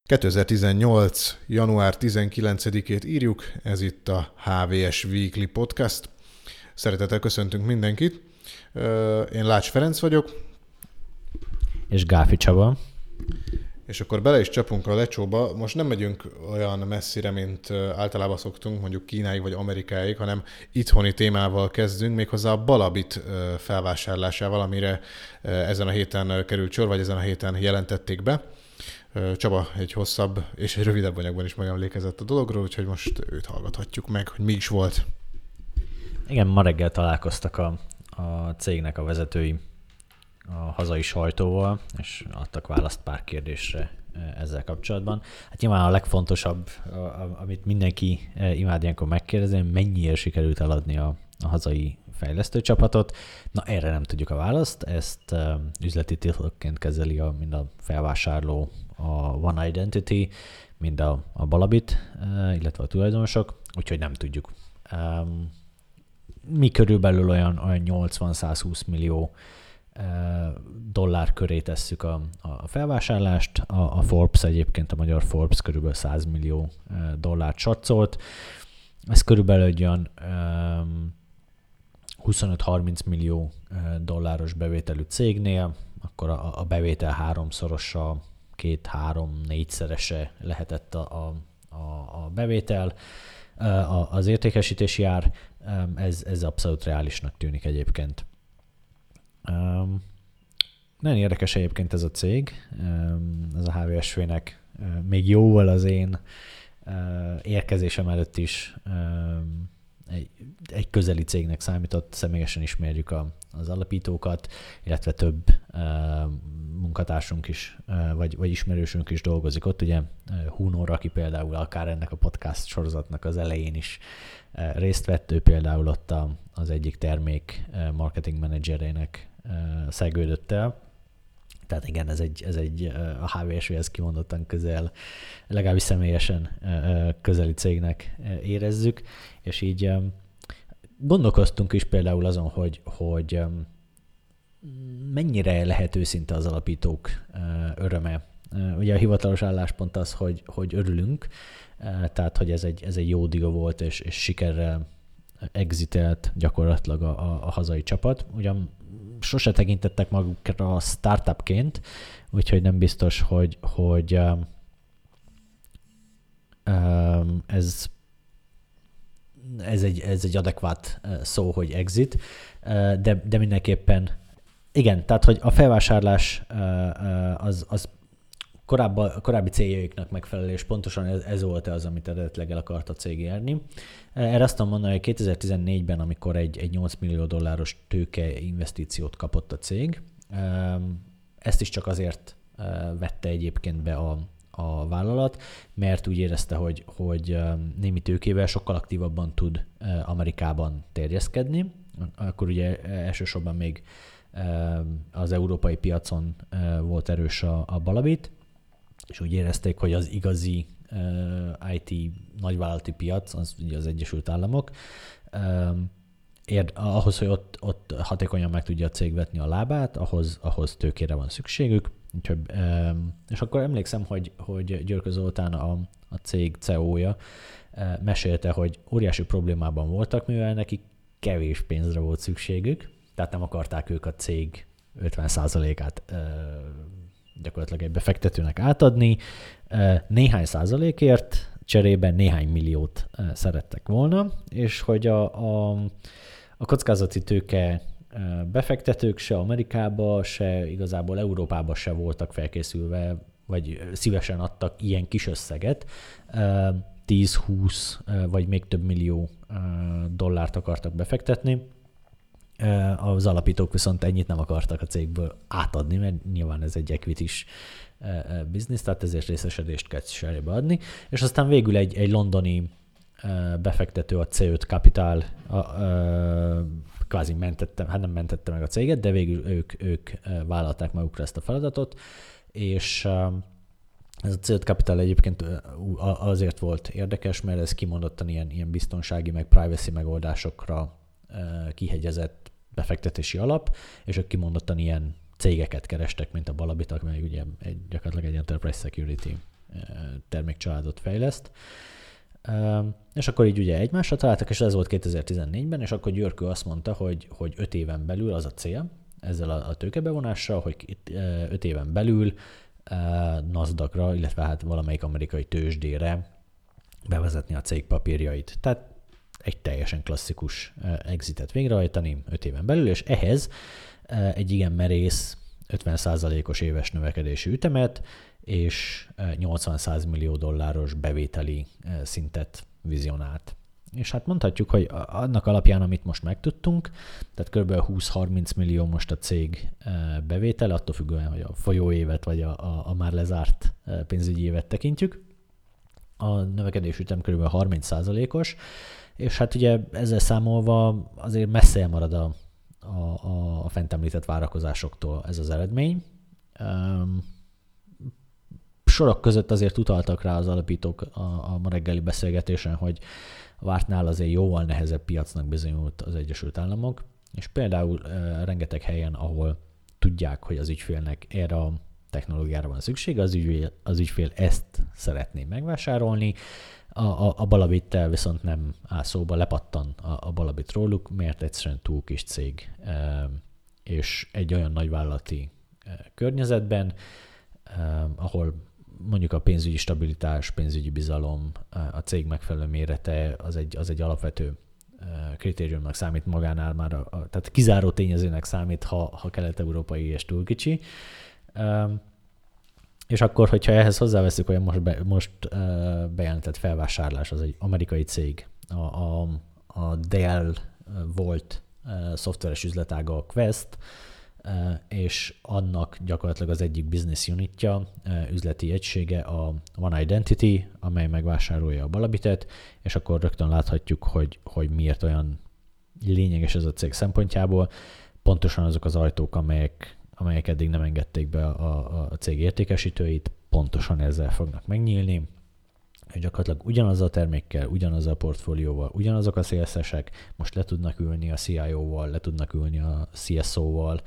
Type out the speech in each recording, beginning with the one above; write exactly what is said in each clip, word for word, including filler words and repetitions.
kétezer-tizennyolc. január tizenkilencedikét írjuk, ez itt a há vé es Weekly Podcast. Szeretettel köszöntünk mindenkit. Én Lács Ferenc vagyok. És Gáfi Csaba. És akkor bele is csapunk a lecsóba. Most nem megyünk olyan messzire, mint általában szoktunk, mondjuk Kínáig vagy Amerikáig, hanem itthoni témával kezdünk, méghozzá a Balabit felvásárlásával, amire ezen a héten került sor, vagy ezen a héten jelentették be. Csaba egy hosszabb és egy rövidebb anyagban is megemlékezett a dologról, úgyhogy most őt hallgathatjuk meg, hogy mi is volt. Igen, ma reggel találkoztak a, a cégnek a vezetői a hazai sajtóval, és adtak választ pár kérdésre ezzel kapcsolatban. Hát nyilván a legfontosabb, amit mindenki imád ilyenkor megkérdezni, mennyiért sikerült eladni a, a hazai fejlesztőcsapatot. Na erre nem tudjuk a választ, ezt üzleti titokként kezeli a, mind a felvásárló, a One Identity, mind a, a Balabit, illetve a tulajdonosok, úgyhogy nem tudjuk. Mi körülbelül olyan, olyan nyolcvan-százhúsz millió dollár köré tesszük a, a felvásárlást. A, a Forbes egyébként, a magyar Forbes körülbelül száz millió dollárt satszollt. Ez körülbelül egy olyan um, huszonöt-harminc millió dolláros bevételű cégnél, akkor a, a bevétel háromszorosa, két-három-négyszerese lehetett a, a, a bevétel. A, az értékesítési ár, ez, ez abszolút reálisnak tűnik egyébként. Um, nagyon érdekes egyébként ez a cég, um, ez a há vé es vé-nek uh, még jóval az én uh, érkezésem előtt is um, egy, egy közeli cégnek számított, személyesen ismerjük a, az alapítókat, illetve több uh, munkatársunk is, uh, vagy, vagy ismerősünk is dolgozik ott, ugye uh, Hunor, aki például akár ennek a podcast sorozatnak az elején is uh, részt vett, ő például ott a, az egyik termék uh, marketing menedzserének uh, szegődött el. Tehát igen, ez egy, ez egy uh, a há vé es vé-hez kimondottan közel, legalábbis személyesen uh, közeli cégnek uh, érezzük, és így um, gondolkoztunk is például azon, hogy, hogy um, mennyire lehet őszinte az alapítók uh, öröme. Uh, ugye a hivatalos álláspont az, hogy, hogy örülünk, uh, tehát hogy ez egy, ez egy jó deal volt, és, és sikerrel exitelt gyakorlatilag a, a, a hazai csapat. Ugyan sose tekintettek magukra a startupként, úgyhogy nem biztos, hogy, hogy um, um, ez, ez, egy, ez egy adekvát szó, hogy exit, uh, de, de mindenképpen igen, tehát hogy a felvásárlás uh, uh, az, az korábban, korábbi céljaiknak megfelelő, és pontosan ez, ez volt az, amit eredetileg el akart a cég érni. Erre azt tudom mondani, hogy kétezer-tizennégyben, amikor egy, egy nyolc millió dolláros tőke investíciót kapott a cég, ezt is csak azért vette egyébként be a, a vállalat, mert úgy érezte, hogy, hogy némi tőkével sokkal aktívabban tud Amerikában terjeszkedni. Akkor ugye elsősorban még az európai piacon volt erős a, a Balabit, és úgy érezték, hogy az igazi uh, i té nagyvállalati piac, az ugye az Egyesült Államok, um, ér, ahhoz, hogy ott, ott hatékonyan meg tudja a cég vetni a lábát, ahhoz, ahhoz tőkére van szükségük. Úgyhogy, um, és akkor emlékszem, hogy, hogy Györkö Zoltán, a, a cég cé e ó-ja uh, mesélte, hogy óriási problémában voltak, mivel nekik kevés pénzre volt szükségük, tehát nem akarták ők a cég ötven százalékát uh, gyakorlatilag egy befektetőnek átadni. Néhány százalékért cserében néhány milliót szerettek volna, és hogy a, a, a kockázati tőke befektetők se Amerikába, se igazából Európába se voltak felkészülve, vagy szívesen adtak ilyen kis összeget, tíz-húsz vagy még több millió dollárt akartak befektetni. Az alapítók viszont ennyit nem akartak a cégből átadni, mert nyilván ez egy equity-s biznisz, tehát ezért részesedést kell cserébe adni. És aztán végül egy, egy londoni befektető, a cé öt Capital a, a, kvázi mentette, hát nem mentette meg a céget, de végül ők, ők vállalták magukra ezt a feladatot, és ez a cé öt Capital egyébként azért volt érdekes, mert ez kimondottan ilyen, ilyen biztonsági meg privacy megoldásokra kihegyezett befektetési alap, és ők kimondottan ilyen cégeket kerestek, mint a Balabit, meg ugye egy, gyakorlatilag egy enterprise security termékcsaládot fejleszt. És akkor így ugye egymásra találtak, és ez volt kétezer-tizennégyben, és akkor Györkő azt mondta, hogy, hogy öt éven belül az a cél, ezzel a, a tőkebevonással, hogy öt éven belül NASDAQ-ra, illetve hát valamelyik amerikai tőzsdére bevezetni a cég papírjait. Tehát egy teljesen klasszikus exitet végrehajtani öt éven belül, és ehhez egy igen merész ötven százalékos éves növekedési ütemet és nyolcvan-száz millió dolláros bevételi szintet vizionált. És hát mondhatjuk, hogy annak alapján, amit most megtudtunk, tehát kb. húsz-harminc millió most a cég bevétele, attól függően, hogy a folyóévet vagy a, a, a már lezárt pénzügyi évet tekintjük. A növekedés ütem kb. harminc százalékos, és hát ugye ezzel számolva azért messze elmarad a, a, a fent említett várakozásoktól ez az eredmény. Sorok között azért utaltak rá az alapítók a, a ma reggeli beszélgetésen, hogy a vártnál azért jóval nehezebb piacnak bizonyult az Egyesült Államok, és például e, rengeteg helyen, ahol tudják, hogy az ügyfélnek erre a technológiára van szüksége, az ügyfél, az ügyfél ezt szeretné megvásárolni, a, a, a Balabittel viszont nem áll szóba, lepattan a, a Balabit róluk, mert egyszerűen túl kis cég, e, és egy olyan nagyvállalati e, környezetben, e, ahol mondjuk a pénzügyi stabilitás, pénzügyi bizalom, a cég megfelelő mérete az egy, az egy alapvető kritériumnak számít magánál már, a, a, tehát kizáró tényezőnek számít, ha, ha kelet-európai és túl kicsi. És akkor, hogyha ehhez hozzáveszünk, hogy most, be, most bejelentett felvásárlás, az egy amerikai cég, a, a, a Dell volt szoftveres üzletága a Quest, és annak gyakorlatilag az egyik business unitja, üzleti egysége a One Identity, amely megvásárolja a Balabitet, és akkor rögtön láthatjuk, hogy, hogy miért olyan lényeges ez a cég szempontjából. Pontosan azok az ajtók, amelyek, amelyek eddig nem engedték be a, a cég értékesítőit, pontosan ezzel fognak megnyílni. És gyakorlatilag ugyanaz a termékkel, ugyanaz a portfólióval, ugyanazok a salesesek most le tudnak ülni a C I O-val, le tudnak ülni a C S O-val,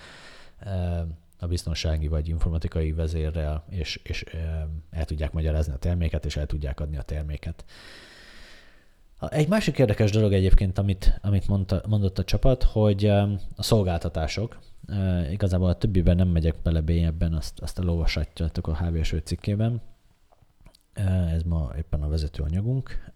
a biztonsági vagy informatikai vezérrel, és, és el tudják magyarázni a terméket, és el tudják adni a terméket. Egy másik érdekes dolog egyébként, amit, amit mondta, mondott a csapat, hogy a szolgáltatások, igazából a többiben nem megyek bele bélyebben, azt, azt elolvashatjátok a há vé es öt cikkében, ez ma éppen a vezetőanyagunk,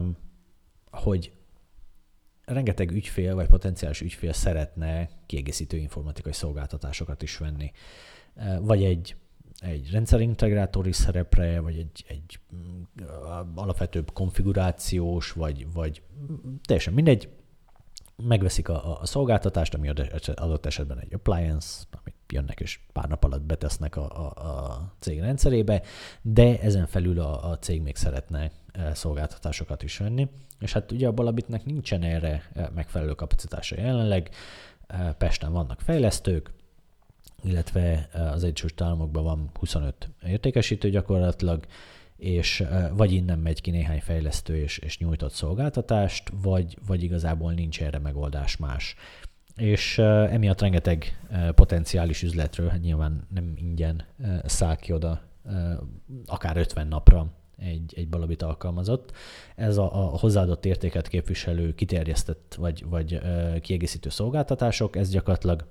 hogy rengeteg ügyfél vagy potenciális ügyfél szeretne kiegészítő informatikai szolgáltatásokat is venni. Vagy egy, egy rendszerintegrátori szerepre, vagy egy, egy alapvetőbb konfigurációs, vagy, vagy teljesen mindegy, megveszik a, a szolgáltatást, ami adott esetben egy appliance, amit jönnek és pár nap alatt betesznek a, a, a cég rendszerébe, de ezen felül a, a cég még szeretne szolgáltatásokat is venni. És hát ugye a Balabitnek nincsen erre megfelelő kapacitása jelenleg. Pesten vannak fejlesztők, illetve az Egyesült Államokban van huszonöt értékesítő gyakorlatilag, és vagy innen megy ki néhány fejlesztő és, és nyújtott szolgáltatást, vagy, vagy igazából nincs erre megoldás más. És uh, emiatt rengeteg uh, potenciális üzletről, hát nyilván nem ingyen uh, száll ki oda uh, akár ötven napra egy, egy Balabit alkalmazott. Ez a, a hozzáadott értéket képviselő kiterjesztett vagy, vagy uh, kiegészítő szolgáltatások, ez gyakorlatilag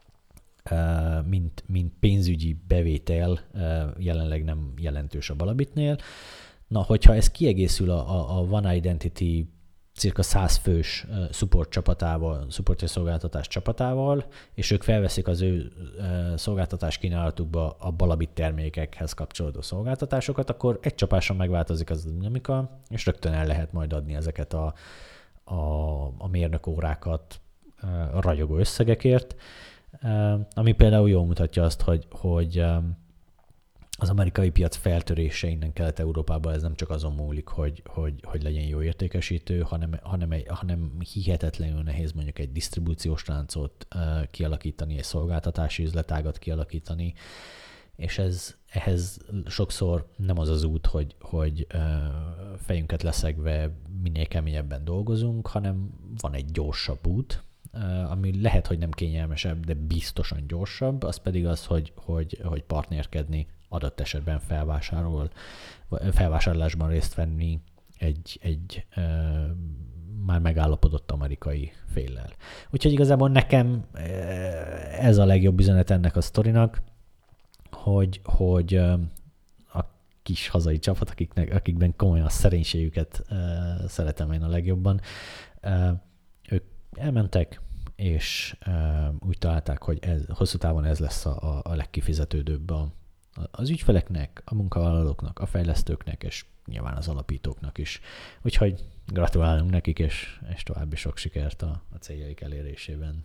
uh, mint, mint pénzügyi bevétel uh, jelenleg nem jelentős a Balabitnél. Na, hogyha ez kiegészül a, a, a One Identity cirka száz fős uh, support csapatával, support és szolgáltatás csapatával, és ők felveszik az ő uh, szolgáltatás kínálatukba a Balabit termékekhez kapcsolódó szolgáltatásokat, akkor egy csapáson megváltozik az dinamika, és rögtön el lehet majd adni ezeket a, a, a mérnök órákat uh, a ragyogó összegekért, uh, ami például jól mutatja azt, hogy, hogy um, az amerikai piac feltörése innen Kelet-Európában ez nem csak azon múlik, hogy, hogy, hogy legyen jó értékesítő, hanem, hanem, egy, hanem hihetetlenül nehéz mondjuk egy disztribúciós láncot uh, kialakítani, egy szolgáltatási üzletágat kialakítani, és ez, ehhez sokszor nem az az út, hogy, hogy uh, fejünket leszegve minél keményebben dolgozunk, hanem van egy gyorsabb út, uh, ami lehet, hogy nem kényelmesebb, de biztosan gyorsabb, az pedig az, hogy, hogy, hogy partnerkedni adott esetben felvásárol, felvásárlásban részt venni egy, egy ö, már megállapodott amerikai féllel. Úgyhogy igazából nekem ez a legjobb üzenet ennek a sztorinak, hogy, hogy a kis hazai csapat, akiknek, akikben komolyan a szerénységüket uh, szeretem én a legjobban, uh, ők elmentek, és uh, úgy találták, hogy ez, hosszú távon ez lesz a, a legkifizetődőbb a, az ügyfeleknek, a munkavállalóknak, a fejlesztőknek, és nyilván az alapítóknak is. Úgyhogy gratulálunk nekik, és, és további sok sikert a, a céljaik elérésében.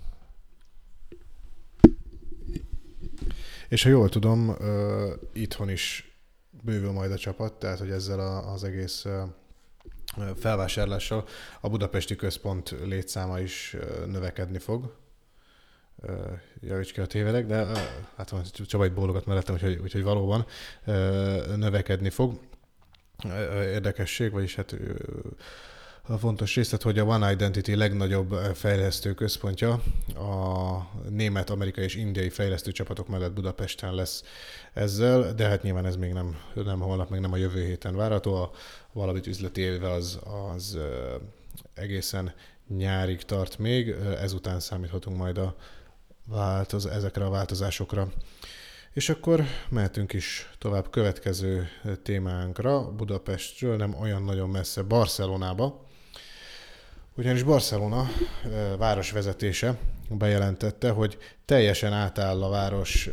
És ha jól tudom, uh, itthon is bővül majd a csapat, tehát hogy ezzel a, az egész uh, felvásárlással a budapesti központ létszáma is uh, növekedni fog. Uh, javíts ki a tévedek, de uh, hát van, Csaba itt bólogat mellettem, úgyhogy, úgyhogy valóban uh, növekedni fog. Uh, érdekesség, vagyis hát uh, a fontos részlet, hogy a One Identity legnagyobb fejlesztő központja a német, amerikai és indiai fejlesztő csapatok mellett Budapesten lesz ezzel, de hát nyilván ez még nem, nem holnap, meg nem a jövő héten várható. A valamit üzleti éve az, az egészen nyárig tart még, ezután számíthatunk majd a változ, ezekre a változásokra. És akkor mehetünk is tovább következő témánkra, Budapestről, nem olyan nagyon messze, Barcelonába. Ugyanis Barcelona városvezetése bejelentette, hogy teljesen átáll a város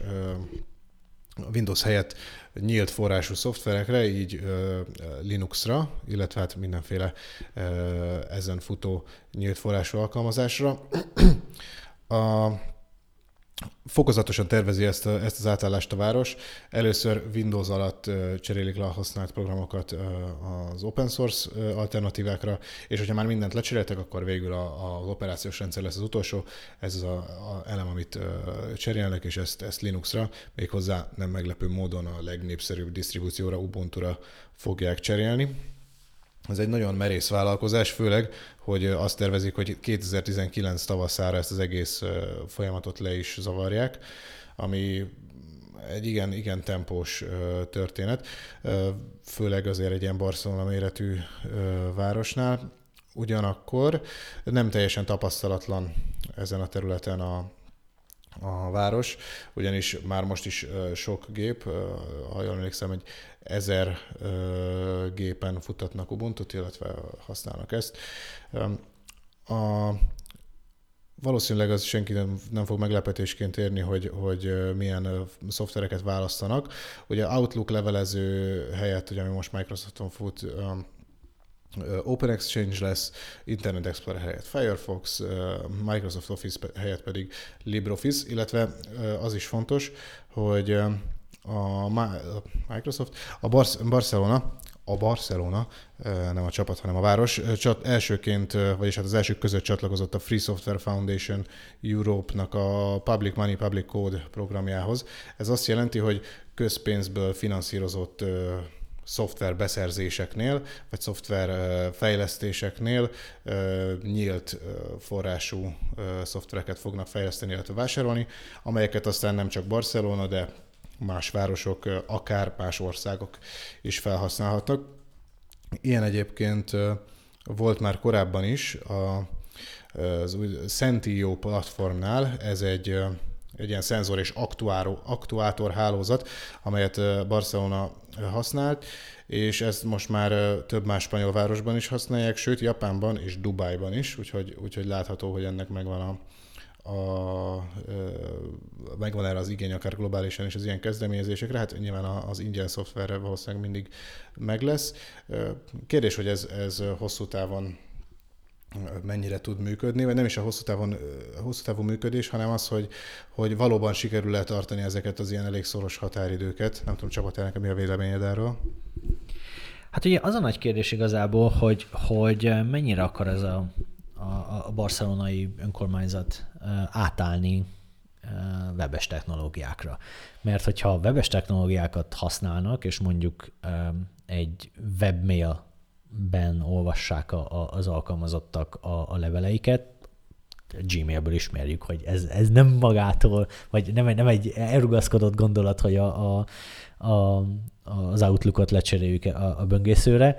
Windows helyett nyílt forrású szoftverekre, így Linuxra, illetve hát mindenféle ezen futó nyílt forrású alkalmazásra. A Fokozatosan tervezi ezt, a, ezt az átállást a város. Először Windows alatt uh, cserélik le a használt programokat uh, az open source uh, alternatívákra, és hogyha már mindent lecseréltek, akkor végül a, az operációs rendszer lesz az utolsó. Ez az a, a elem, amit uh, cserélnek, és ezt, ezt Linuxra, méghozzá nem meglepő módon a legnépszerűbb disztribúcióra, Ubuntu-ra fogják cserélni. Ez egy nagyon merész vállalkozás, főleg, hogy azt tervezik, hogy kétezer-tizenkilenc tavaszára ezt az egész folyamatot le is zavarják, ami egy igen, igen tempós történet, főleg azért egy ilyen Barcelona méretű városnál. Ugyanakkor nem teljesen tapasztalatlan ezen a területen a a város, ugyanis már most is sok gép, ha jól emlékszem, egy ezer gépen futtatnak Ubuntu-t, illetve használnak ezt. A, valószínűleg az senki nem, nem fog meglepetésként érni, hogy, hogy milyen szoftvereket választanak. Ugye Outlook levelező helyett, ugye, ami most Microsofton fut, Open Exchange lesz, Internet Explorer helyett Firefox, Microsoft Office helyett pedig LibreOffice, illetve az is fontos, hogy a Microsoft, a Barcelona, a Barcelona, nem a csapat, hanem a város, csat, elsőként, vagyis hát az elsők között csatlakozott a Free Software Foundation Europe-nak a Public Money, Public Code programjához. Ez azt jelenti, hogy közpénzből finanszírozott szoftver beszerzéseknél, vagy szoftver fejlesztéseknél nyílt forrású szoftvereket fognak fejleszteni, illetve vásárolni, amelyeket aztán nem csak Barcelona, de más városok, akár más országok is felhasználhatnak. Ilyen egyébként volt már korábban is az új Sentio platformnál, ez egy egy ilyen szenzor és aktuátor hálózat, amelyet Barcelona használt, és ezt most már több más spanyol városban is használják, sőt Japánban és Dubájban is, úgyhogy, úgyhogy látható, hogy ennek megvan a, a, megvan erre az igény akár globálisan is az ilyen kezdeményezésekre, hát nyilván az ingyen szoftverre valószínűleg mindig meg lesz. Kérdés, hogy ez, ez hosszú távon mennyire tud működni, vagy nem is a hosszú, távon, hosszú távú működés, hanem az, hogy, hogy valóban sikerül-e tartani ezeket az ilyen elég szoros határidőket. Nem tudom, Csaba, mi a véleményed erről? Hát ugye az a nagy kérdés igazából, hogy, hogy mennyire akar ez a, a, a barcelonai önkormányzat átállni webes technológiákra. Mert hogyha webes technológiákat használnak, és mondjuk egy webmail ben olvassák a, a, az alkalmazottak a, a leveleiket, Gmailből ismerjük, hogy ez, ez nem magától, vagy nem, nem egy elrugaszkodott gondolat, hogy a, a, a, az Outlookot lecseréljük a, a böngészőre.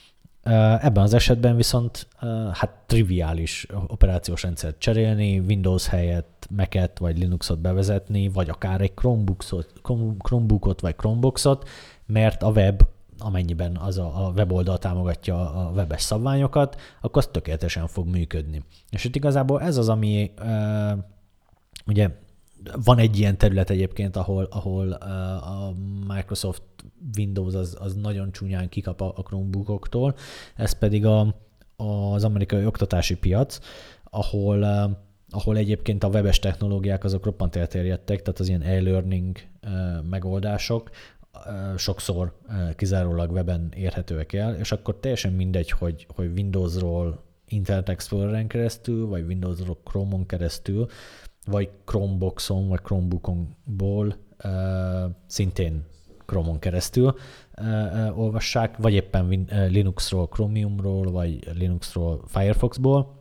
Ebben az esetben viszont hát triviális operációs rendszert cserélni, Windows helyett Mac-et vagy Linuxot bevezetni, vagy akár egy Chromebookot, Chromebookot vagy Chromeboxot, mert a web, amennyiben az a, a weboldal támogatja a webes szabványokat, akkor az tökéletesen fog működni. És itt igazából ez az, ami uh, ugye van egy ilyen terület egyébként, ahol, ahol uh, a Microsoft Windows az, az nagyon csúnyán kikap a, a Chromebookoktól, ez pedig a, az amerikai oktatási piac, ahol, uh, ahol egyébként a webes technológiák azok roppant elterjedtek, tehát az ilyen e-learning uh, megoldások uh, sokszor uh, kizárólag weben érhetőek el, és akkor teljesen mindegy, hogy, hogy Windowsról Internet Exploreren keresztül, vagy Windowsról Chrome-on keresztül, vagy Chromeboxon, vagy Chromebookból uh, szintén Chrome-on keresztül uh, uh, olvassák, vagy éppen win- uh, Linuxról Chromiumról, vagy Linuxról Firefoxból. Uh,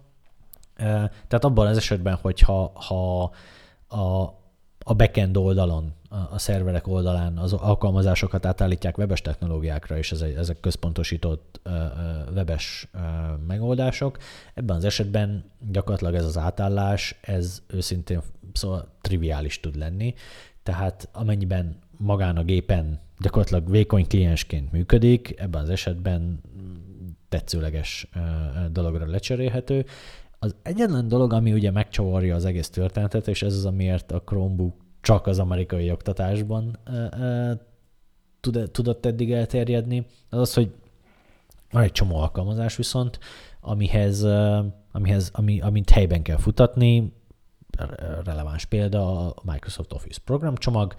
tehát abban az esetben, hogyha ha a, a backend oldalon, a, a szerverek oldalán az alkalmazásokat átállítják webes technológiákra, és ez egy, ezek központosított uh, uh, webes uh, megoldások, ebben az esetben gyakorlatilag ez az átállás, ez őszintén szóval triviális tud lenni, tehát amennyiben magán a gépen gyakorlatilag vékony kliensként működik, ebben az esetben tetszőleges uh, dologra lecserélhető. Az egyetlen dolog, ami ugye megcsavarja az egész történetet, és ez az, amiért a Chromebook csak az amerikai oktatásban uh, uh, tud, tudott eddig elterjedni, az az, hogy van egy csomó alkalmazás viszont, amihez, uh, amihez ami, amit helyben kell futatni, releváns példa a Microsoft Office programcsomag,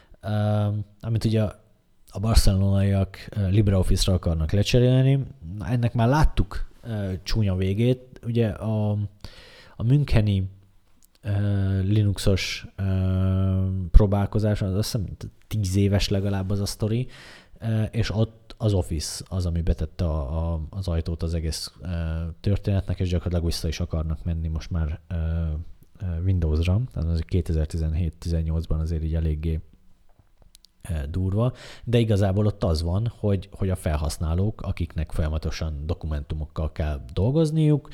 uh, amit ugye a barcelonaiak LibreOffice-ra akarnak lecserélni. Ennek már láttuk uh, csúnya végét. Ugye a, a müncheni uh, Linuxos uh, próbálkozás, az azt hiszem tíz éves legalább az a sztori, uh, és ott az Office az, ami betette a, a, az ajtót az egész uh, történetnek, és gyakorlatilag vissza is akarnak menni most már uh, Windowsra, tehát az kétezer-tizenhét-tizennyolcban azért így eléggé durva, de igazából ott az van, hogy, hogy a felhasználók, akiknek folyamatosan dokumentumokkal kell dolgozniuk,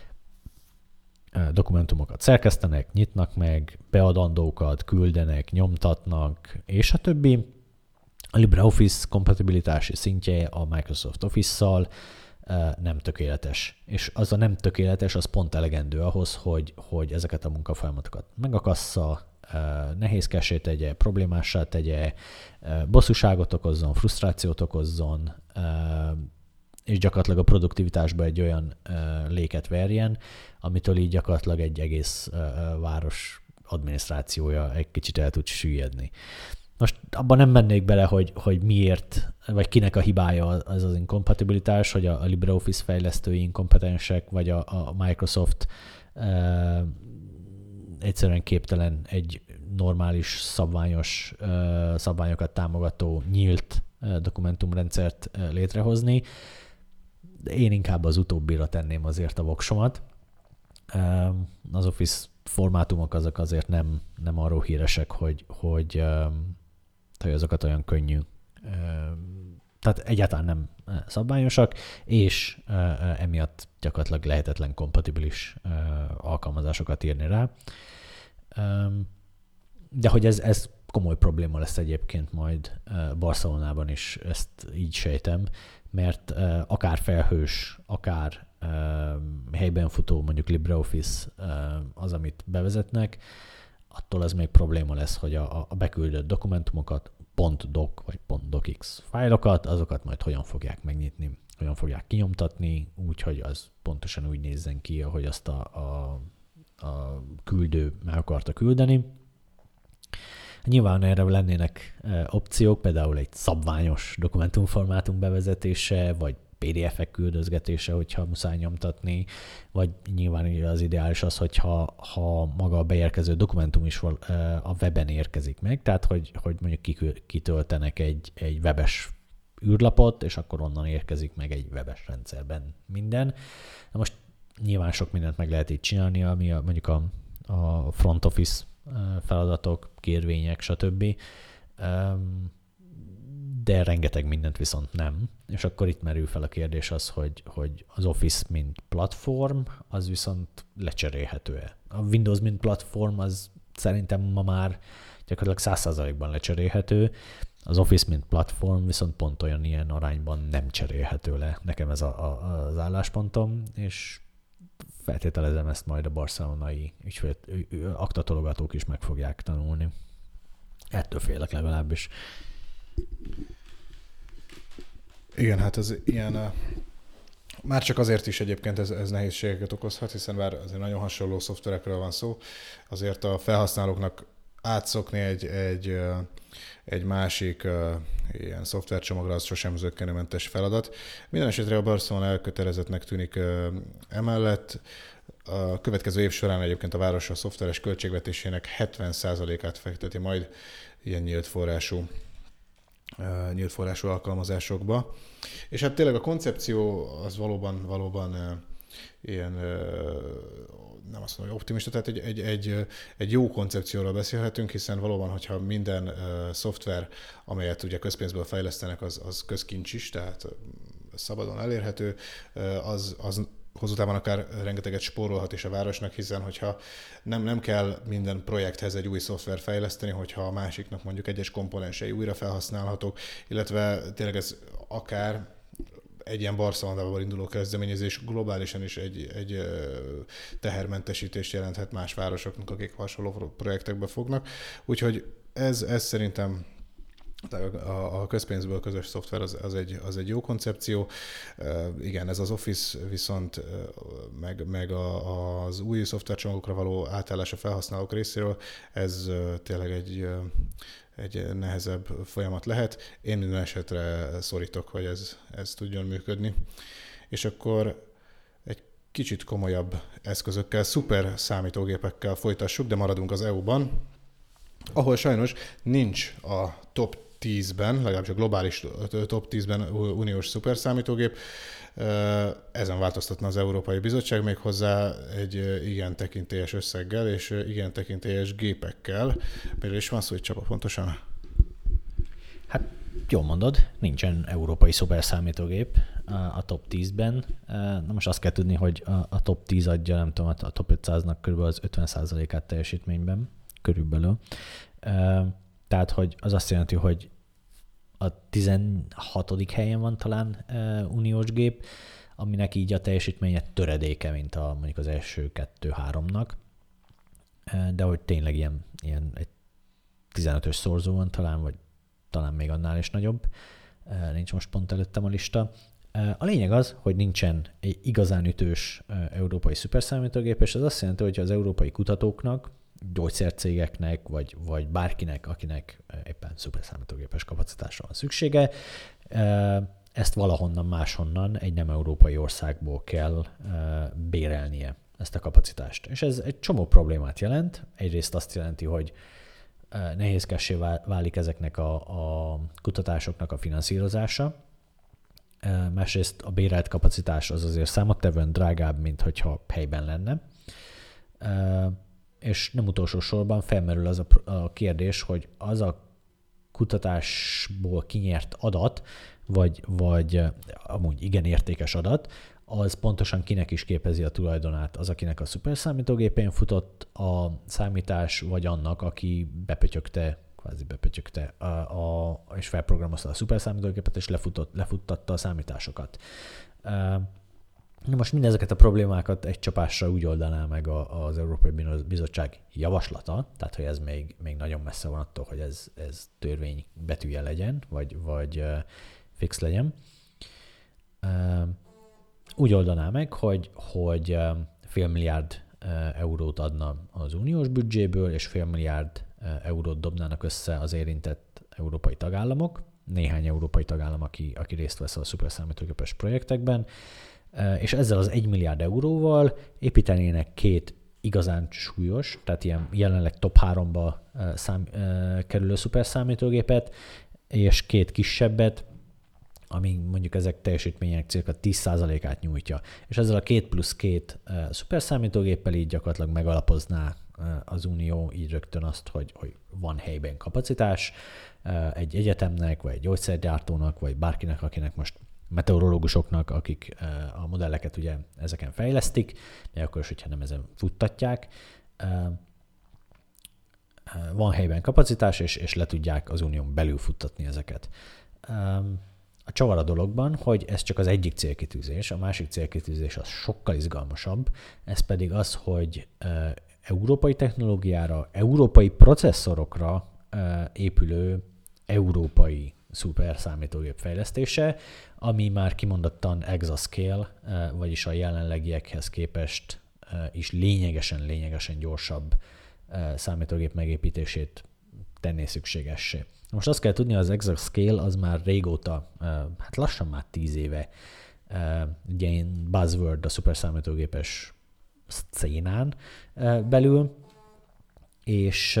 dokumentumokat szerkesztenek, nyitnak meg, beadandókat küldenek, nyomtatnak, és a többi. A LibreOffice kompatibilitási szintje a Microsoft Office-szal nem tökéletes. És az a nem tökéletes, az pont elegendő ahhoz, hogy, hogy ezeket a munkafolyamatokat megakassza, nehézkessé tegye, problémássá tegye, bosszúságot okozzon, frusztrációt okozzon, és gyakorlatilag a produktivitásba egy olyan léket verjen, amitől így gyakorlatilag egy egész város adminisztrációja egy kicsit el tud süllyedni. Most abban nem mennék bele, hogy, hogy miért, vagy kinek a hibája az az inkompatibilitás, hogy a, a LibreOffice fejlesztői inkompetensek, vagy a, a Microsoft uh, egyszerűen képtelen egy normális, szabványos, uh, szabványokat támogató, nyílt uh, dokumentumrendszert uh, létrehozni. De én inkább az utóbbira tenném azért a voksomat. Uh, az Office formátumok azok azért nem, nem arról híresek, hogy, hogy, hogy azokat olyan könnyű, tehát egyáltalán nem szabványosak, és emiatt gyakorlatilag lehetetlen kompatibilis alkalmazásokat írni rá. De hogy ez, ez komoly probléma lesz egyébként majd Barcelonában is, ezt így sejtem, mert akár felhős, akár helyben futó, mondjuk LibreOffice az, amit bevezetnek, attól ez még probléma lesz, hogy a, a beküldött dokumentumokat, .doc vagy .docx fájlokat, azokat majd hogyan fogják megnyitni, hogyan fogják kinyomtatni, úgyhogy az pontosan úgy nézzen ki, ahogy azt a, a, a küldő meg akarta küldeni. Nyilván erre lennének opciók, például egy szabványos dokumentumformátum bevezetése, vagy pé dé ef-ek küldözgetése, hogyha muszáj nyomtatni, vagy nyilván az ideális az, hogyha ha maga a beérkező dokumentum is a weben érkezik meg, tehát hogy, hogy mondjuk kitöltenek egy, egy webes űrlapot, és akkor onnan érkezik meg egy webes rendszerben minden. Na most nyilván sok mindent meg lehet így csinálni, ami a, mondjuk a, a front office feladatok, kérvények, stb. De rengeteg mindent viszont nem. És akkor itt merül fel a kérdés az, hogy, hogy az Office mint platform, az viszont lecserélhető-e. A Windows mint platform az szerintem ma már gyakorlatilag száz százalékban lecserélhető, az Office mint platform viszont pont olyan ilyen arányban nem cserélhető le. Nekem ez a, a, az álláspontom, és feltételezem ezt majd a barcelonai ügyfél, aktatologatók is meg fogják tanulni. Ettől félek legalábbis. Igen, hát ez ilyen, már csak azért is egyébként ez, ez nehézségeket okozhat, hiszen bár azért nagyon hasonló szoftverekről van szó, azért a felhasználóknak átszokni egy, egy, egy másik ilyen szoftvercsomagra az sosem zökkenőmentes feladat. Minden esetre a Barcelona elkötelezettnek tűnik emellett. A következő év során egyébként a város a szoftveres költségvetésének hetven százalékát fekteti majd ilyen nyílt forrású nyílt forrású alkalmazásokba. És hát tényleg a koncepció az valóban, valóban ilyen, nem azt mondom, hogy optimista, tehát egy, egy, egy, egy jó koncepcióról beszélhetünk, hiszen valóban, hogyha minden szoftver, amelyet ugye közpénzből fejlesztenek, az, az közkincs is, tehát szabadon elérhető, az, az hosszútávon akár rengeteget spórolhat is a városnak, hiszen hogyha nem, nem kell minden projekthez egy új szoftver fejleszteni, hogyha a másiknak mondjuk egyes komponensei újra felhasználhatók, illetve tényleg ez akár egy ilyen Barcelonával induló kezdeményezés globálisan is egy, egy tehermentesítést jelenthet más városoknak, akik hasonló projektekbe fognak. Úgyhogy ez, ez szerintem a közpénzből közös szoftver az, az, egy, az egy jó koncepció. Igen, ez az Office viszont meg, meg a, az új szoftvercsomagokra való átállás a felhasználók részéről, ez tényleg egy, egy nehezebb folyamat lehet. Én minden esetre szorítok, hogy ez, ez tudjon működni. És akkor egy kicsit komolyabb eszközökkel, szuper számítógépekkel folytassuk, de maradunk az é u-ban, ahol sajnos nincs a top tízben, legalábbis a globális top tízben uniós szuperszámítógép. Ezen változtatna az Európai Bizottság méghozzá egy igen tekintélyes összeggel és igen tekintélyes gépekkel. Miről is van szó, hogy Csaba, pontosan? Hát jól mondod, nincsen európai szuperszámítógép a top tízben. Na most azt kell tudni, hogy a top tíz adja, nem tudom, a top ötszáznak kb. Az ötven százalékát teljesítményben, körülbelül. Tehát, hogy az azt jelenti, hogy a tizenhatodik helyen van talán uh, uniós gép, aminek így a teljesítménye töredéke, mint a, mondjuk az első kettő-háromnak. Uh, de hogy tényleg ilyen, ilyen egy tizenötös szorzó van talán, vagy talán még annál is nagyobb. Uh, nincs most pont előttem a lista. Uh, a lényeg az, hogy nincsen egy igazán ütős uh, európai szuperszámítógép, és ez azt jelenti, hogy az európai kutatóknak, gyógyszercégeknek, vagy, vagy bárkinek, akinek éppen szuperszámítógépes kapacitásra van szüksége, ezt valahonnan máshonnan, egy nem európai országból kell bérelnie ezt a kapacitást. És ez egy csomó problémát jelent. Egyrészt azt jelenti, hogy nehézkessé válik ezeknek a, a kutatásoknak a finanszírozása. Másrészt a bérelt kapacitás az azért számottevően drágább, mint hogyha helyben lenne. És nem utolsó sorban felmerül az a, a kérdés, hogy az a kutatásból kinyert adat, vagy, vagy amúgy igen értékes adat, az pontosan kinek is képezi a tulajdonát, az, akinek a szuperszámítógépén futott a számítás, vagy annak, aki bepötyögte, kvázi bepötyögte, a, a, és felprogramozta a szuperszámítógépet, és lefutott, lefuttatta a számításokat. Most mindezeket a problémákat egy csapásra úgy oldaná meg az Európai Bizottság javaslata, tehát hogy ez még, még nagyon messze van attól, hogy ez, ez törvény betűje legyen, vagy, vagy fix legyen. Úgy oldaná meg, hogy, hogy fél milliárd eurót adna az uniós büdzséből, és fél milliárd eurót dobnának össze az érintett európai tagállamok, néhány európai tagállam, aki, aki részt vesz a szuperszámítógépes projektekben, és ezzel az egy milliárd euróval építenének két igazán súlyos, tehát ilyen jelenleg top háromba szám, kerülő szuperszámítógépet, és két kisebbet, ami mondjuk ezek teljesítmények cirka tíz százalékát nyújtja. És ezzel a két plusz két uh, szuperszámítógéppel így gyakorlatilag megalapozná uh, az Unió így rögtön azt, hogy, hogy van helyben kapacitás uh, egy egyetemnek, vagy egy gyógyszergyártónak, vagy bárkinek, akinek most meteorológusoknak, akik uh, a modelleket ugye ezeken fejlesztik, de akkor is, hogyha nem ezen futtatják. Uh, uh, van helyben kapacitás, és, és le tudják az Unión belül futtatni ezeket. Um, A csavar a dologban, hogy ez csak az egyik célkitűzés, a másik célkitűzés az sokkal izgalmasabb, ez pedig az, hogy uh, európai technológiára, európai processzorokra uh, épülő európai szuperszámítógép fejlesztése, ami már kimondottan exascale, uh, vagyis a jelenlegiekhez képest uh, is lényegesen, lényegesen gyorsabb uh, számítógép megépítését tenné szükségessé. Most azt kell tudni, az exascale az már régóta, hát lassan már tíz éve ugye én buzzword a szuperszámítógépes szcénán belül, és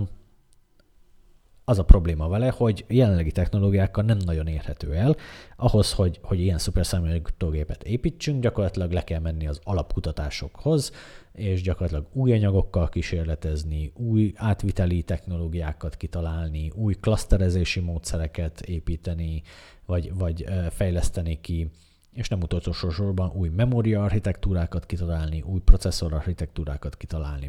az a probléma vele, hogy jelenlegi technológiákkal nem nagyon érhető el. Ahhoz, hogy, hogy ilyen szuperszámítógépet építsünk, gyakorlatilag le kell menni az alapkutatásokhoz, és gyakorlatilag új anyagokkal kísérletezni, új átviteli technológiákat kitalálni, új klaszterezési módszereket építeni, vagy, vagy fejleszteni ki, és nem utolsó sorban új memória architektúrákat kitalálni, új processzor architektúrákat kitalálni.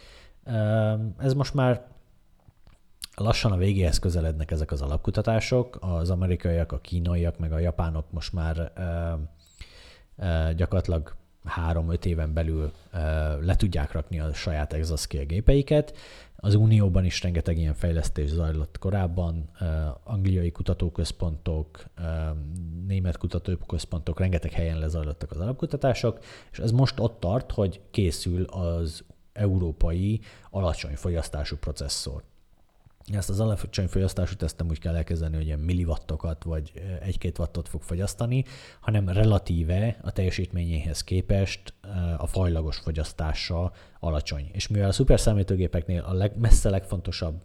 Ez most már lassan a végéhez közelednek ezek az alapkutatások. Az amerikaiak, a kínaiak, meg a japánok most már ö, ö, gyakorlatilag három-öt éven belül ö, le tudják rakni a saját exascale gépeiket. Az Unióban is rengeteg ilyen fejlesztés zajlott korábban. Ö, angliai kutatóközpontok, ö, német kutatóközpontok, rengeteg helyen lezajlottak az alapkutatások, és ez most ott tart, hogy készül az európai alacsony fogyasztású processzor. Ezt az alacsony fogyasztásút ezt nem úgy kell elkezdeni, hogy ilyen milliwattokat vagy egy-két wattot fog fogyasztani, hanem relatíve a teljesítményéhez képest a fajlagos fogyasztása alacsony. És mivel a szuperszámítógépeknél a leg, messze legfontosabb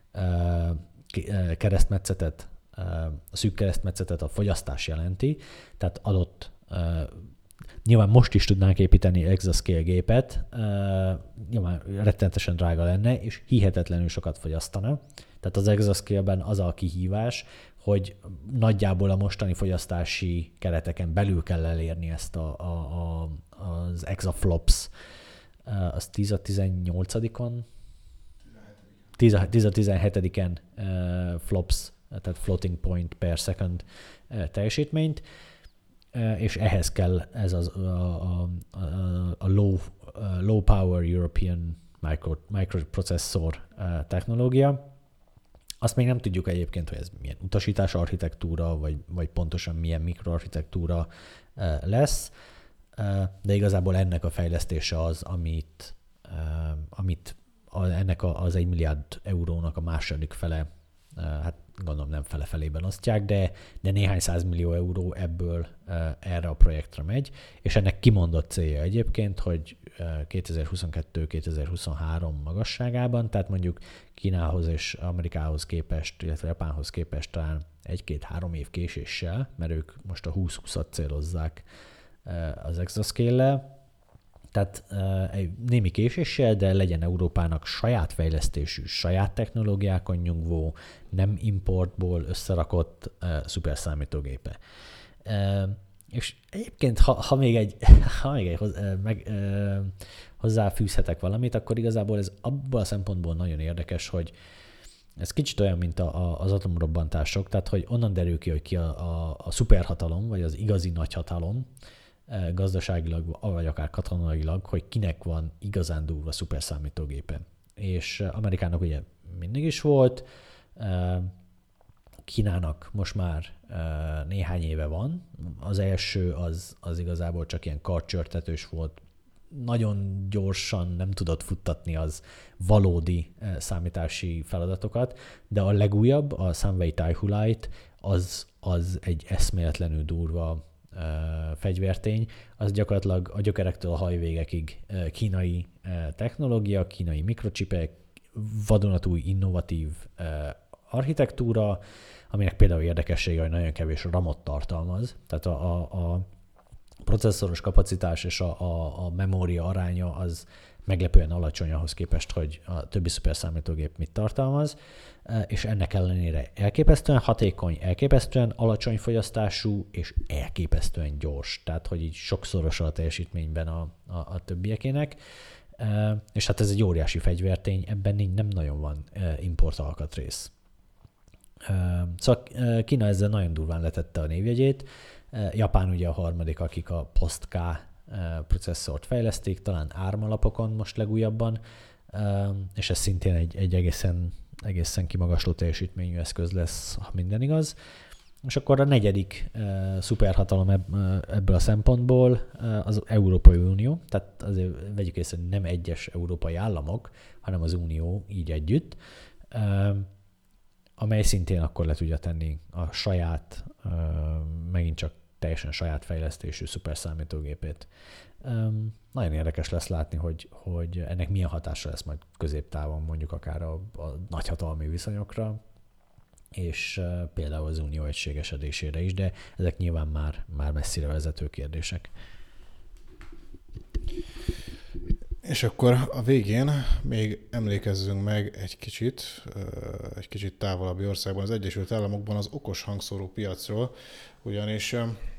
keresztmetszetet, a szűk keresztmetszetet a fogyasztás jelenti, tehát adott nyilván most is tudnánk építeni exascale gépet, uh, nyilván rettenetesen drága lenne, és hihetetlenül sokat fogyasztana. Tehát az exascale-ben az a kihívás, hogy nagyjából a mostani fogyasztási kereteken belül kell elérni ezt a, a, a, az exaflops, uh, az tíz a tizennyolcadikon tíz a tizenhetediken uh, flops, tehát floating point per second uh, teljesítményt, és ehhez kell ez az, a, a, a low, a low power European micro, microprocessor technológia. Azt még nem tudjuk egyébként, hogy ez milyen utasítás architektúra, vagy, vagy pontosan milyen mikroarchitektúra lesz, de igazából ennek a fejlesztése az, amit, amit ennek az egy milliárd eurónak a második fele, hát gondolom nem fele-felében osztják, de, de néhány százmillió euró ebből uh, erre a projektre megy, és ennek kimondott célja egyébként, hogy uh, kétezer-huszonkettő kétezer-huszonhárom magasságában, tehát mondjuk Kínához és Amerikához képest, illetve Japánhoz képest talán egy-két-három év késéssel, mert ők most a húsz-húszat célozzák uh, az exascale-lel, tehát uh, egy némi késéssel, de legyen Európának saját fejlesztésű, saját technológiákon nyugvó, nem importból összerakott uh, szuperszámítógépe. Uh, és egyébként, ha, ha még egy, ha még egy hoz, uh, meg, uh, hozzáfűzhetek valamit, akkor igazából ez abban a szempontból nagyon érdekes, hogy ez kicsit olyan, mint a, a, az atomrobbantások, tehát hogy onnan derül ki, hogy ki a, a, a szuperhatalom, vagy az igazi nagyhatalom, gazdaságilag, vagy akár katonailag, hogy kinek van igazán durva szuperszámítógépe. És Amerikának ugye mindig is volt, Kínának most már néhány éve van. Az első az, az igazából csak ilyen karcsörtetős volt, nagyon gyorsan nem tudott futtatni az valódi számítási feladatokat, de a legújabb, a Sunway Taihulite, az, az egy eszméletlenül durva Uh, fegyvertény, az gyakorlatilag a gyökerektől a hajvégekig uh, kínai uh, technológia, kínai mikrocsipek, vadonatúj, innovatív uh, architektúra, aminek például érdekessége, hogy nagyon kevés ramot tartalmaz, tehát a, a, a processzoros kapacitás és a, a, a memória aránya az meglepően alacsony ahhoz képest, hogy a többi szuperszámítógép mit tartalmaz, és ennek ellenére elképesztően hatékony, elképesztően alacsony fogyasztású, és elképesztően gyors, tehát hogy így sokszorosa a teljesítményben a, a, a többiekének, és hát ez egy óriási fegyvertény, ebben nem nagyon van import alkatrész. Szóval Kína ezzel nagyon durván letette a névjegyét, Japán ugye a harmadik, akik a Post-K processzort fejleszték, talán ARM alapokon most legújabban, és ez szintén egy, egy egészen, egészen kimagasló teljesítményű eszköz lesz, ha minden igaz. És akkor a negyedik szuperhatalom ebből a szempontból az Európai Unió, tehát azért vegyük észre, hogy nem egyes európai államok, hanem az Unió így együtt, amely szintén akkor le tudja tenni a saját, megint csak teljesen saját fejlesztésű szuperszámítógépét. Um, nagyon érdekes lesz látni, hogy, hogy ennek milyen hatása lesz majd középtávon, mondjuk akár a, a nagyhatalmi viszonyokra, és uh, például az unió egységesedésére is, de ezek nyilván már, már messzire vezető kérdések. És akkor a végén még emlékezzünk meg egy kicsit, egy kicsit távolabbi országban, az Egyesült Államokban az okos hangszóró piacról, ugyanis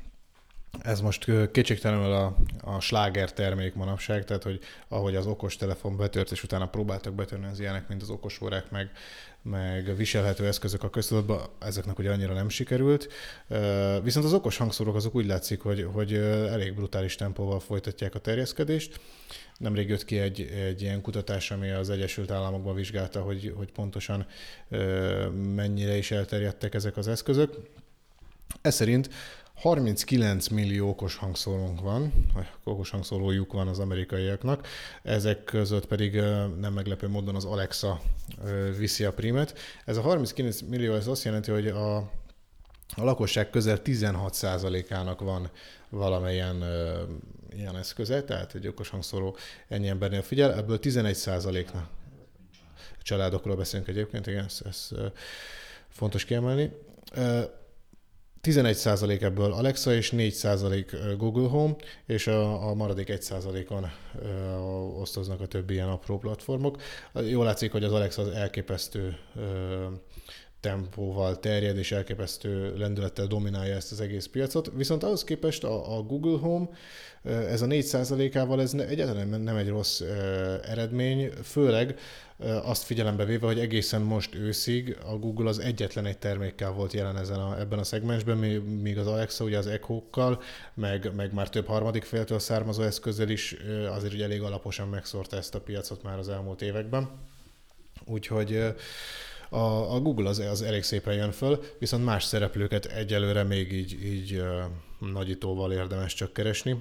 ez most kétségtelenül a, a sláger termék manapság, tehát hogy ahogy az okos telefon betört, és utána próbáltak betörni az ilyenek, mint az okos órák, meg, meg viselhető eszközök a köztudatba, ezeknek ugye annyira nem sikerült. Viszont az okos hangszórók azok úgy látszik, hogy, hogy elég brutális tempóval folytatják a terjeszkedést. Nemrég jött ki egy, egy ilyen kutatás, ami az Egyesült Államokban vizsgálta, hogy, hogy pontosan mennyire is elterjedtek ezek az eszközök. Ez szerint harminckilenc millió okos hangszórónk van, vagy okos hangszórójuk van az amerikaiaknak, ezek között pedig nem meglepő módon az Alexa viszi a prímet. Ez a harminckilenc millió, ez azt jelenti, hogy a, a lakosság közel tizenhat százalékának van valamilyen uh, ilyen eszköze, tehát egy okos hangszóró ennyi embernél figyel, ebből tizenegy százaléknak. Családokról beszélünk egyébként, igen, ez, ez uh, fontos kiemelni. Uh, tizenegy százalék ebből Alexa és négy százalék Google Home, és a, a maradék egy százalékon ö, osztoznak a többi ilyen apró platformok. Jól látszik, hogy az Alexa az elképesztő ö, tempóval terjed, és elképesztő lendülettel dominálja ezt az egész piacot. Viszont ahhoz képest a, a Google Home, ez a négy százalékával ez egyáltalán nem egy rossz eredmény, főleg azt figyelembe véve, hogy egészen most őszig a Google az egyetlen egy termékkel volt jelen ezen a, ebben a szegmensben, míg az Alexa ugye az Echo-kkal, meg, meg már több harmadik féltől származó eszközzel is azért ugye elég alaposan megszórta ezt a piacot már az elmúlt években. Úgyhogy a, a Google az, az elég szépen jön föl, viszont más szereplőket egyelőre még így, így nagyítóval érdemes csak keresni.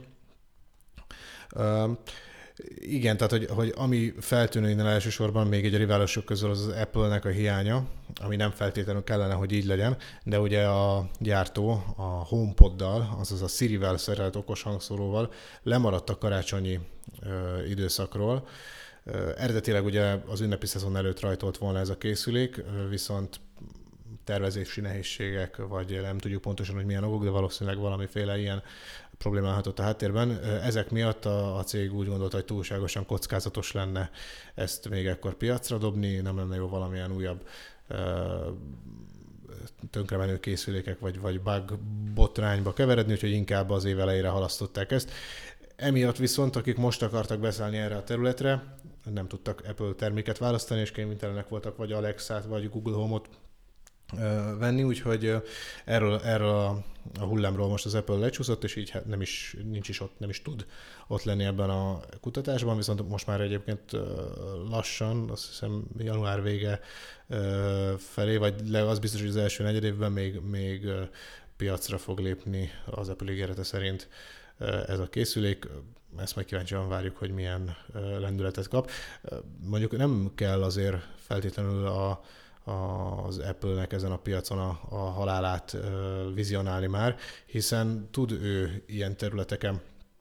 Uh, igen, tehát hogy, hogy ami feltűnő innen elsősorban még egy riválosok közül az az Apple-nek a hiánya, ami nem feltétlenül kellene, hogy így legyen, de ugye a gyártó a HomePoddal, azaz a Sirivel szerelt okos hangszóróval lemaradt a karácsonyi uh, időszakról. Uh, eredetileg ugye az ünnepi szezon előtt rajtolt volna ez a készülék, uh, viszont tervezési nehézségek, vagy nem tudjuk pontosan, hogy milyen okok, de valószínűleg valamiféle ilyen probléma állhatott a háttérben. Ezek miatt a, a cég úgy gondolta, hogy túlságosan kockázatos lenne ezt még ekkor piacra dobni, nem lenne jó valamilyen újabb tönkremenő készülékek, vagy, vagy bug botrányba keveredni, úgyhogy inkább az év elejére halasztották ezt. Emiatt viszont, akik most akartak beszállni erre a területre, nem tudtak Apple terméket választani, és kénytelenek voltak vagy Alexát, vagy Google Home-ot venni, úgyhogy erről, erről a, a hullámról most az Apple lecsúszott, és így hát nem is, nincs is ott, nem is tud ott lenni ebben a kutatásban, viszont most már egyébként lassan, azt hiszem január vége felé, vagy az biztos, hogy az első negyedévben még, még piacra fog lépni az Apple ígérete szerint ez a készülék. Ezt meg kíváncsian várjuk, hogy milyen lendületet kap. Mondjuk nem kell azért feltétlenül a az Apple-nek ezen a piacon a, a halálát uh, vizionálni már, hiszen tud ő ilyen területeken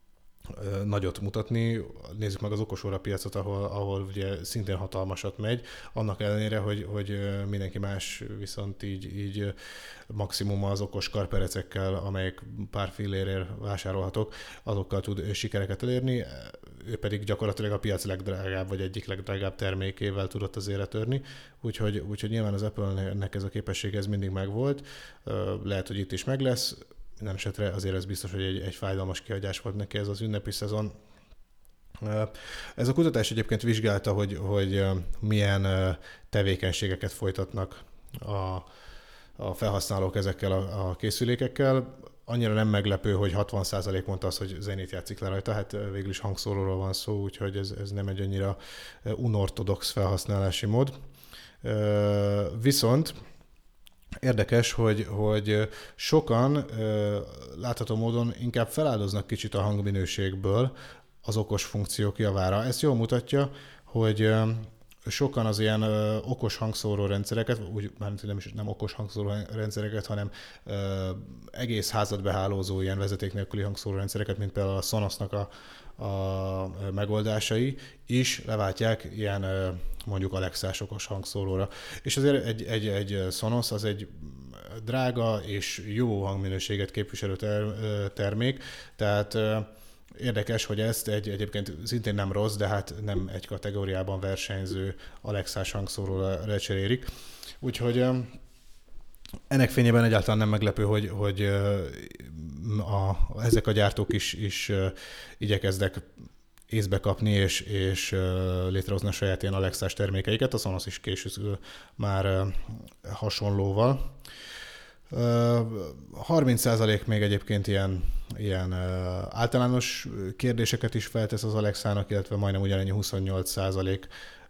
nagyot mutatni. Nézzük meg az okosóra piacot, ahol, ahol ugye szintén hatalmasat megy, annak ellenére, hogy, hogy mindenki más viszont így, így maximum az okos karperecekkel, amelyek pár fillérért vásárolhatók, azokkal tud sikereket elérni, ő pedig gyakorlatilag a piac legdrágább, vagy egyik legdrágább termékével tudott az élet törni, úgyhogy, úgyhogy nyilván az Apple-nek ez a képessége ez mindig megvolt, lehet, hogy itt is meg lesz. Minden esetre azért ez biztos, hogy egy, egy fájdalmas kihagyás volt neki ez az ünnepi szezon. Ez a kutatás egyébként vizsgálta, hogy, hogy milyen tevékenységeket folytatnak a, a felhasználók ezekkel a, a készülékekkel. Annyira nem meglepő, hogy hatvan százalék mondta azt, hogy zenét játszik le rajta, hát végül is hangszóróról van szó, úgyhogy ez, ez nem egy annyira unortodox felhasználási mód. Viszont érdekes, hogy, hogy sokan látható módon inkább feláldoznak kicsit a hangminőségből az okos funkciók javára. Ez jól mutatja, hogy sokan az ilyen okos hangszóró rendszereket, úgy már nem is nem okos hangszóró rendszereket, hanem egész házat behálózó ilyen vezeték nélküli hangszóró rendszereket, mint például a Sonosnak a, a megoldásai is leváltják ilyen mondjuk Alexás okos hangszóróra. És azért egy, egy, egy Sonos az egy drága és jó hangminőséget képviselő termék, tehát érdekes, hogy ezt egy egyébként szintén nem rossz, de hát nem egy kategóriában versenyző Alexás hangszóróra lecserélik. Úgyhogy ennek fényében egyáltalán nem meglepő, hogy, hogy a, ezek a gyártók is, is igyekeznek észbe kapni, és, és létrehozni a saját ilyen Alexás termékeiket. A Sonos is készül már hasonlóval. harminc százalék még egyébként ilyen, ilyen általános kérdéseket is feltesz az Alexának, illetve majdnem ugyanennyi huszonnyolc százalék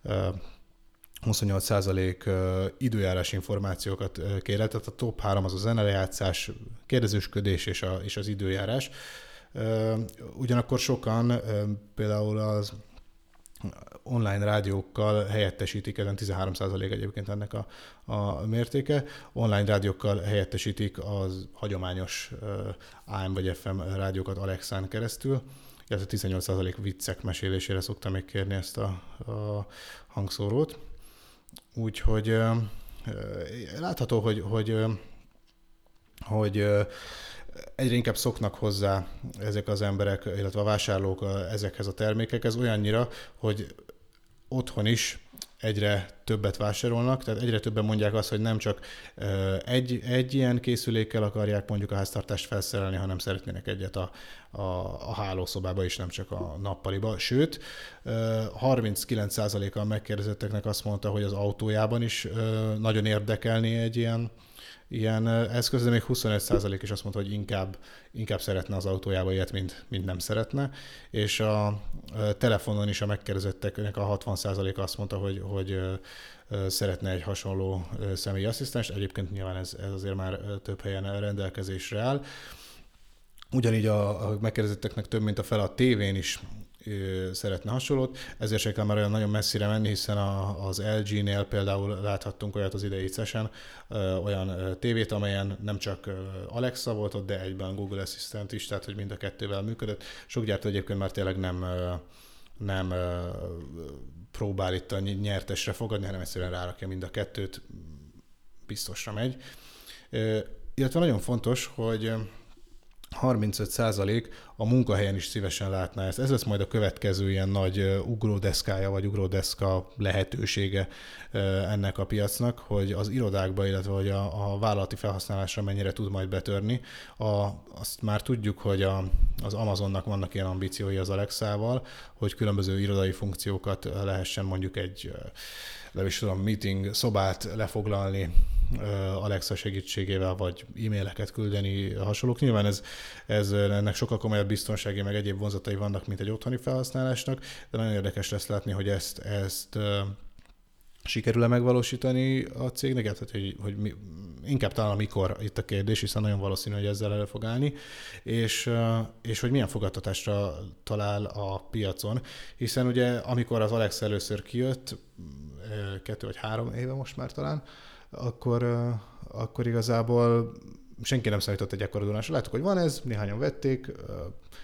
huszonnyolc százalék időjárás információkat kér. Tehát a top három az a zenelejátszás, kérdezősködés és, a, és az időjárás. Ugyanakkor sokan például az online rádiókkal helyettesítik, ezen tizenhárom százalék egyébként ennek a, a mértéke, online rádiókkal helyettesítik az hagyományos á em vagy ef em rádiókat Alexán keresztül, illetve tizennyolc százalék viccek mesélésére szokta még kérni ezt a, a hangszórót. Úgyhogy látható, hogy, hogy, hogy egyre inkább szoknak hozzá ezek az emberek, illetve a vásárlók ezekhez a termékekhez olyannyira, hogy otthon is egyre többet vásárolnak, tehát egyre többen mondják azt, hogy nem csak egy, egy ilyen készülékkel akarják mondjuk a háztartást felszerelni, hanem szeretnének egyet a, a, a hálószobába is, nem csak a nappaliba. Sőt, harminckilenc százaléka a megkérdezetteknek azt mondta, hogy az autójában is nagyon érdekelné egy ilyen ilyen eszköz, de még huszonöt százalék is azt mondta, hogy inkább, inkább szeretne az autójába ilyet, mint, mint nem szeretne. És a telefonon is a megkérdezetteknek a hatvan százaléka azt mondta, hogy, hogy szeretne egy hasonló személyi asszisztenst. Egyébként nyilván ez, ez azért már több helyen rendelkezésre áll. Ugyanígy a, a megkérdezetteknek több mint a fele a tévén is szeretne hasonlót, ezért se kell már olyan nagyon messzire menni, hiszen a, az el gé-nél például láthattunk olyat az idei cesen, olyan tévét, amelyen nem csak Alexa volt ott, de egyben Google Assistant is, tehát hogy mind a kettővel működött. Sok gyártó egyébként már tényleg nem, nem próbál itt a nyertesre fogadni, hanem egyszerűen rárakja mind a kettőt, biztosra megy. Illetve nagyon fontos, hogy harmincöt százalék a munkahelyen is szívesen látná ezt. Ez lesz majd a következő ilyen nagy ugródeszkája, vagy ugródeszka lehetősége ennek a piacnak, hogy az irodákba, illetve hogy a, a vállalati felhasználásra mennyire tud majd betörni. A, azt már tudjuk, hogy a, az Amazonnak vannak ilyen ambíciói az Alexával, hogy különböző irodai funkciókat lehessen mondjuk egy, nem is tudom, meeting szobát lefoglalni Alexa segítségével, vagy e-maileket küldeni, hasonlók. Nyilván ez, ez ennek sokkal komolyabb biztonsági, meg egyéb vonzatai vannak, mint egy otthoni felhasználásnak, de nagyon érdekes lesz látni, hogy ezt, ezt sikerül-e megvalósítani a cégnek, tehát hogy, hogy mi, inkább talán a mikor itt a kérdés, hiszen nagyon valószínű, hogy ezzel elő fog állni, és, és hogy milyen fogadtatásra talál a piacon, hiszen ugye amikor az Alexa először kijött, kettő vagy három éve most már talán, akkor, akkor igazából senki nem számított egy ekkora donásra. Láttuk, hogy van ez, néhányan vették,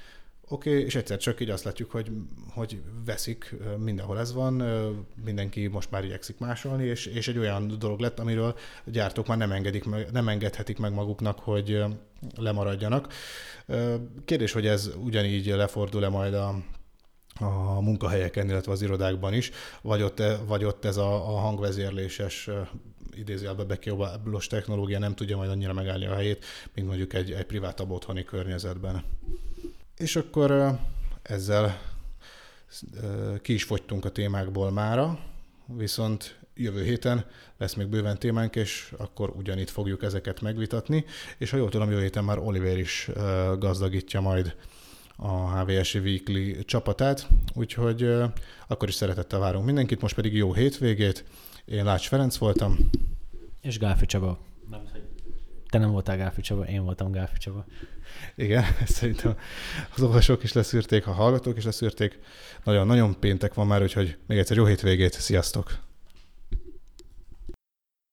oké, okay, és egyszer csak így azt látjuk, hogy, hogy veszik, mindenhol ez van, mindenki most már igyekszik másolni, és, és egy olyan dolog lett, amiről a gyártók már nem, engedik meg, nem engedhetik meg maguknak, hogy lemaradjanak. Kérdés, hogy ez ugyanígy lefordul-e majd a, a munkahelyeken, illetve az irodákban is, vagy ott, vagy ott ez a, a hangvezérléses idézőjelben bekiabálós technológia nem tudja majd annyira megállni a helyét, mint mondjuk egy, egy privátabb otthoni környezetben. És akkor ezzel ki is fogytunk a témákból mára, viszont jövő héten lesz még bőven témánk, és akkor ugyanitt fogjuk ezeket megvitatni, és ha jól tudom, jövő héten már Oliver is gazdagítja majd a há vé es Weekly csapatát, úgyhogy akkor is szeretettel várunk mindenkit, most pedig jó hétvégét. Én Lács Ferenc voltam. És Gálfi Csaba. Nem, te nem voltál Gálfi Csaba, én voltam Gálfi Csaba. Igen, ezt szerintem az olvasók is leszűrték, a hallgatók is leszűrték. Nagyon-nagyon péntek van már, úgyhogy még egyszer jó hétvégét, sziasztok!